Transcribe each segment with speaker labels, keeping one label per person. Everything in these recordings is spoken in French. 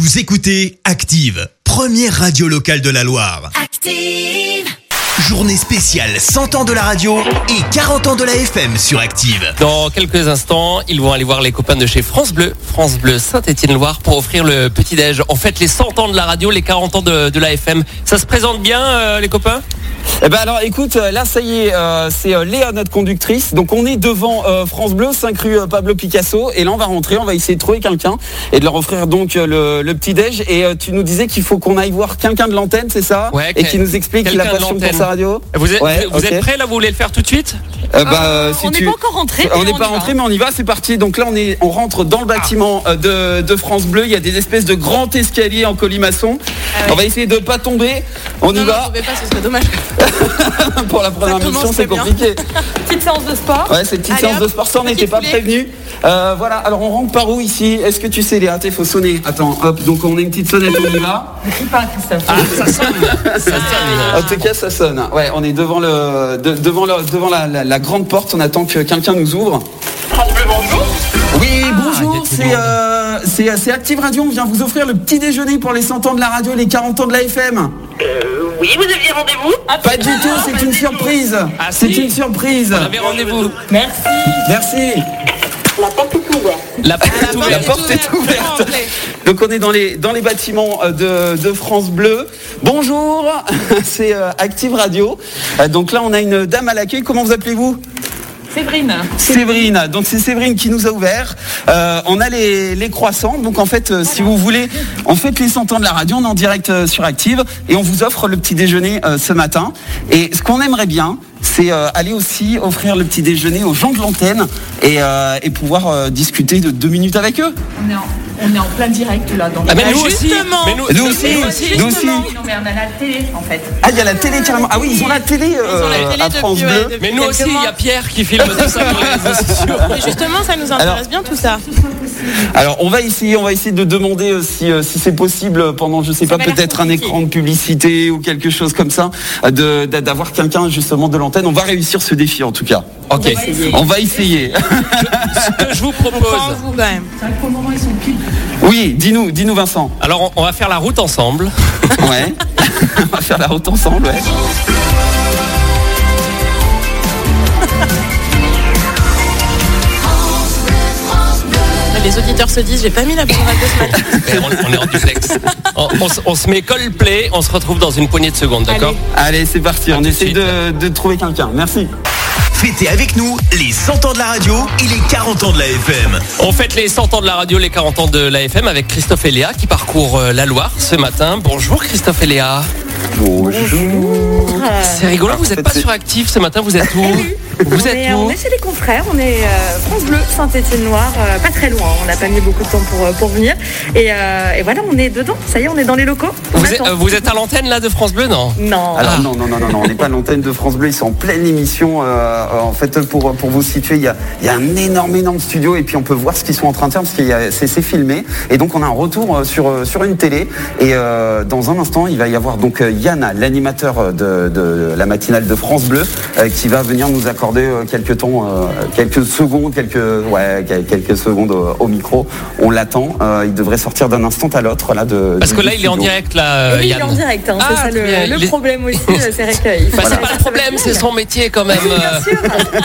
Speaker 1: Vous écoutez Active, première radio locale de la Loire.
Speaker 2: Active!
Speaker 1: Journée spéciale 100 ans de la radio et 40 ans de la FM sur Active.
Speaker 3: Dans quelques instants, ils vont aller voir les copains de chez France Bleu Saint-Étienne-Loire pour offrir le petit-déj. En fait, les 100 ans de la radio, les 40 ans de la FM. Ça se présente bien, les copains ?
Speaker 4: Eh ben alors écoute, là ça y est, c'est Léa notre conductrice. Donc on est devant France Bleu, 5 rue Pablo Picasso. Et là on va rentrer, on va essayer de trouver quelqu'un et de leur offrir donc le petit-déj. Et tu nous disais qu'il faut qu'on aille voir quelqu'un de l'antenne, c'est ça ?
Speaker 3: Ouais,
Speaker 4: et qui nous explique la passion pour sa radio.
Speaker 3: Vous êtes prêts là, vous voulez le faire tout de suite ?
Speaker 4: Si
Speaker 5: on n'est pas encore rentré.
Speaker 4: On n'est pas rentré, mais on y va, c'est parti. Donc là on rentre dans le bâtiment de France Bleu. Il y a des espèces de grands escaliers en colimaçon. On va essayer de pas tomber. On y va.
Speaker 5: Non, pas, ce serait dommage.
Speaker 4: Pour la première mission, c'est compliqué.
Speaker 5: Petite séance de sport.
Speaker 4: Ouais, c'est une petite séance de sport. Ça, on n'était pas prévenus. Voilà, alors on rentre par où ici ? Est-ce que tu sais, Léa ? Il faut sonner. Attends, hop, donc on a une petite sonnette, on y va.
Speaker 5: Ne crie pas, Christophe.
Speaker 3: Ah, ça sonne. Ça sonne.
Speaker 4: En tout cas, ça sonne. Ouais, on est devant la grande porte. On attend que quelqu'un nous ouvre.
Speaker 2: Bonjour.
Speaker 4: Oui, bonjour, c'est Active Radio. On vient vous offrir le petit déjeuner pour les 100 ans de la radio, les 40 ans de la FM.
Speaker 2: Oui, vous aviez rendez-vous ?
Speaker 4: Pas du tout, c'est une surprise. C'est une surprise.
Speaker 3: On avait rendez-vous.
Speaker 4: Merci.
Speaker 2: La porte est ouverte.
Speaker 3: La porte
Speaker 4: est ouverte. Donc on est dans les bâtiments de France Bleu. Bonjour, c'est Active Radio. Donc là on a une dame à l'accueil. Comment vous appelez-vous ? Séverine. Donc c'est Séverine qui nous a ouvert. On a les croissants. Donc en fait, si vous voulez, on fête les 100 ans de la radio. On est en direct sur Active et on vous offre le petit déjeuner ce matin. Et ce qu'on aimerait bien, c'est aller aussi offrir le petit déjeuner aux gens de l'antenne et pouvoir discuter de 2 minutes avec eux.
Speaker 5: On est en plein direct là. Donc.
Speaker 3: Ah, mais nous
Speaker 5: justement.
Speaker 4: Nous aussi.
Speaker 5: Non, mais on a la télé en fait.
Speaker 4: Ah, il y a la télé carrément. Ah oui, ils ont la télé à France Bleu.
Speaker 3: Mais nous aussi, il y a Pierre qui filme tout ça pour les réseaux sociaux.
Speaker 5: Mais justement, ça nous intéresse bien tout ça.
Speaker 4: Alors, on va essayer de demander si c'est possible pendant, je sais pas, peut-être un écran de publicité ou quelque chose comme ça, d'avoir quelqu'un justement de l'antenne. On va réussir ce défi en tout cas.
Speaker 3: Ok.
Speaker 4: On va essayer.
Speaker 3: Ce que je vous propose.
Speaker 5: Vous quand même.
Speaker 4: Oui, dis-nous Vincent.
Speaker 3: Alors, on va faire la route ensemble.
Speaker 4: Ouais. On va faire la route ensemble, ouais.
Speaker 5: Les auditeurs se disent, j'ai pas mis la bonne radio ce matin.
Speaker 3: On est en duplex. On se met Coldplay, on se retrouve dans une poignée de secondes, d'accord ?
Speaker 4: Allez, c'est parti, on essaie de trouver quelqu'un. Merci.
Speaker 1: Fêtez avec nous les 100 ans de la radio et les 40 ans de la FM.
Speaker 3: On fête les 100 ans de la radio, les 40 ans de la FM avec Christophe et Léa qui parcourent la Loire ce matin. Bonjour Christophe et Léa.
Speaker 4: Bonjour.
Speaker 3: C'est rigolo, vous n'êtes pas sur Active ce matin, vous êtes où ?
Speaker 6: On est chez les confrères, on est France Bleu Saint-Étienne-Loire, pas très loin, on n'a pas mis beaucoup de temps pour venir. Et voilà, on est dedans, ça y est, on est dans les locaux.
Speaker 3: Vous êtes à l'antenne là de France Bleu, non ?
Speaker 6: Non.
Speaker 4: Alors non, on n'est pas à l'antenne de France Bleu, ils sont en pleine émission. En fait, pour vous situer, il y a un énorme studio et puis on peut voir ce qu'ils sont en train de faire parce que c'est filmé. Et donc on a un retour sur une télé. Et dans un instant, il va y avoir donc Yann, l'animateur de la matinale de France Bleu, qui va venir nous accorder quelques secondes au micro. On l'attend. Il devrait sortir d'un instant à l'autre là
Speaker 3: parce que là il est en direct là.
Speaker 6: Oui, il est en direct. C'est ça le problème aussi. C'est vrai qu'il
Speaker 3: c'est pas le problème, c'est son métier quand même.
Speaker 6: Bien sûr.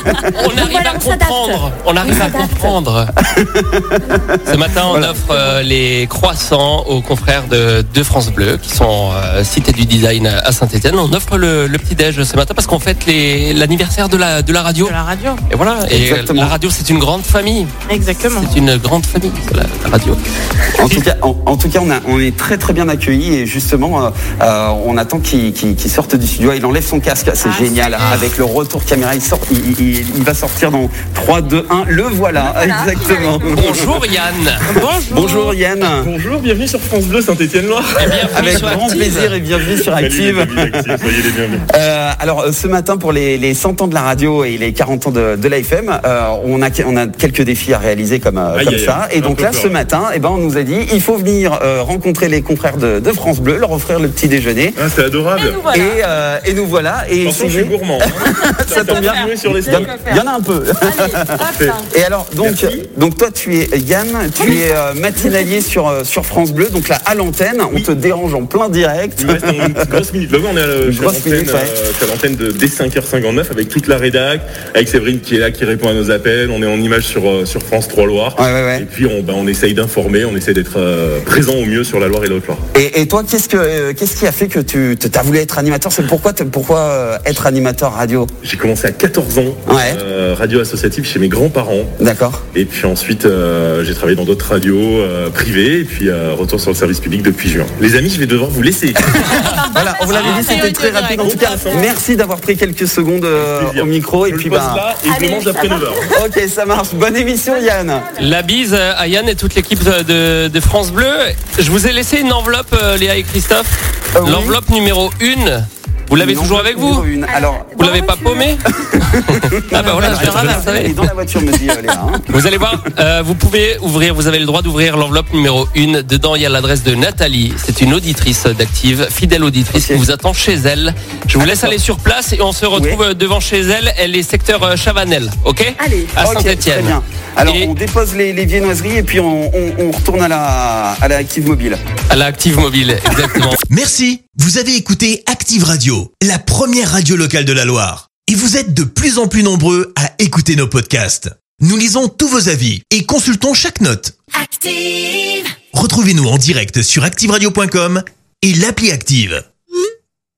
Speaker 3: On arrive à comprendre. Ce matin, on offre les croissants aux confrères de France Bleu qui sont Cité du Design à Saint-Étienne. On offre le petit-déj ce matin parce qu'on fête l'anniversaire de la radio.
Speaker 5: De la radio.
Speaker 3: Et voilà.
Speaker 4: Exactement.
Speaker 3: Et la radio, c'est une grande famille.
Speaker 5: Exactement.
Speaker 3: C'est une grande famille, la radio.
Speaker 4: En tout cas, on est très très bien accueillis et justement, on attend qu'il sorte du studio. Il enlève son casque, c'est génial. Avec le retour caméra, il va sortir dans 3, 2, 1. Le voilà. Exactement.
Speaker 3: Bonjour Yann.
Speaker 4: Bonjour Yann.
Speaker 7: Bonjour, bienvenue sur France Bleu Saint-Étienne-Loire.
Speaker 4: Avec grand plaisir et bienvenue sur Active.
Speaker 7: Soyez les bienvenus.
Speaker 4: Alors ce matin pour les 100 ans de la radio et les 40 ans de l'AFM, on a quelques défis à réaliser comme ça. Et donc là ce matin, on nous a dit il faut venir rencontrer les confrères de France Bleu, leur offrir le petit déjeuner.
Speaker 7: Ah, c'est adorable.
Speaker 4: Et nous voilà. Et
Speaker 7: attention, je suis gourmand.
Speaker 4: Ça tombe bien. Il y en a un peu.
Speaker 5: Allez,
Speaker 4: et alors donc toi tu es Yann, tu es matinalier sur France Bleu, donc là à l'antenne, on te dérange en plein direct.
Speaker 7: Il reste une grosse minute. Là, on est à l'antenne dès 5h59 avec toute la rédac, avec Séverine qui est là, qui répond à nos appels. On est en image sur France 3 Loire.
Speaker 4: Ouais.
Speaker 7: Et puis on essaye d'informer, on essaie d'être présent au mieux sur la Loire et la Haute-Loire.
Speaker 4: Et toi, qu'est-ce qui a fait que tu as voulu être animateur? C'est pourquoi être animateur radio?
Speaker 7: J'ai commencé à 14 ans, radio associative chez mes grands-parents.
Speaker 4: D'accord.
Speaker 7: Et puis ensuite, j'ai travaillé dans d'autres radios privées. Et puis retour sur le service public depuis juin. Les amis, je vais devoir vous laisser.
Speaker 4: Voilà, on vous l'avait dit, c'était très rapide. En tout cas, merci d'avoir pris quelques secondes au micro.
Speaker 7: Je le mange après 9h.
Speaker 4: Ok, ça marche. Bonne émission, Yann.
Speaker 3: La bise à Yann et toute l'équipe de France Bleu. Je vous ai laissé une enveloppe, Léa et Christophe.
Speaker 4: Oui.
Speaker 3: L'enveloppe numéro 1. Vous l'avez toujours avec vous?
Speaker 4: Alors,
Speaker 3: vous l'avez pas paumé? Ah bah voilà, je le savais.
Speaker 4: Elle est dans la voiture, me dit Léa.
Speaker 3: Vous allez voir, vous pouvez ouvrir, vous avez le droit d'ouvrir l'enveloppe numéro 1. Dedans, il y a l'adresse de Nathalie. C'est une auditrice d'Active, fidèle auditrice qui vous attend chez elle. Je vous laisse aller sur place et on se retrouve devant chez elle. Elle est secteur Chavanel, ok?
Speaker 6: Allez.
Speaker 3: À Saint-Etienne.
Speaker 4: Très bien. Alors, on dépose les viennoiseries et puis on retourne à la Active Mobile.
Speaker 3: À la Active Mobile, exactement.
Speaker 1: Merci. Vous avez écouté Active Radio, la première radio locale de la Loire. Et vous êtes de plus en plus nombreux à écouter nos podcasts. Nous lisons tous vos avis et consultons chaque note.
Speaker 2: Active.
Speaker 1: Retrouvez-nous en direct sur activeradio.com et l'appli Active.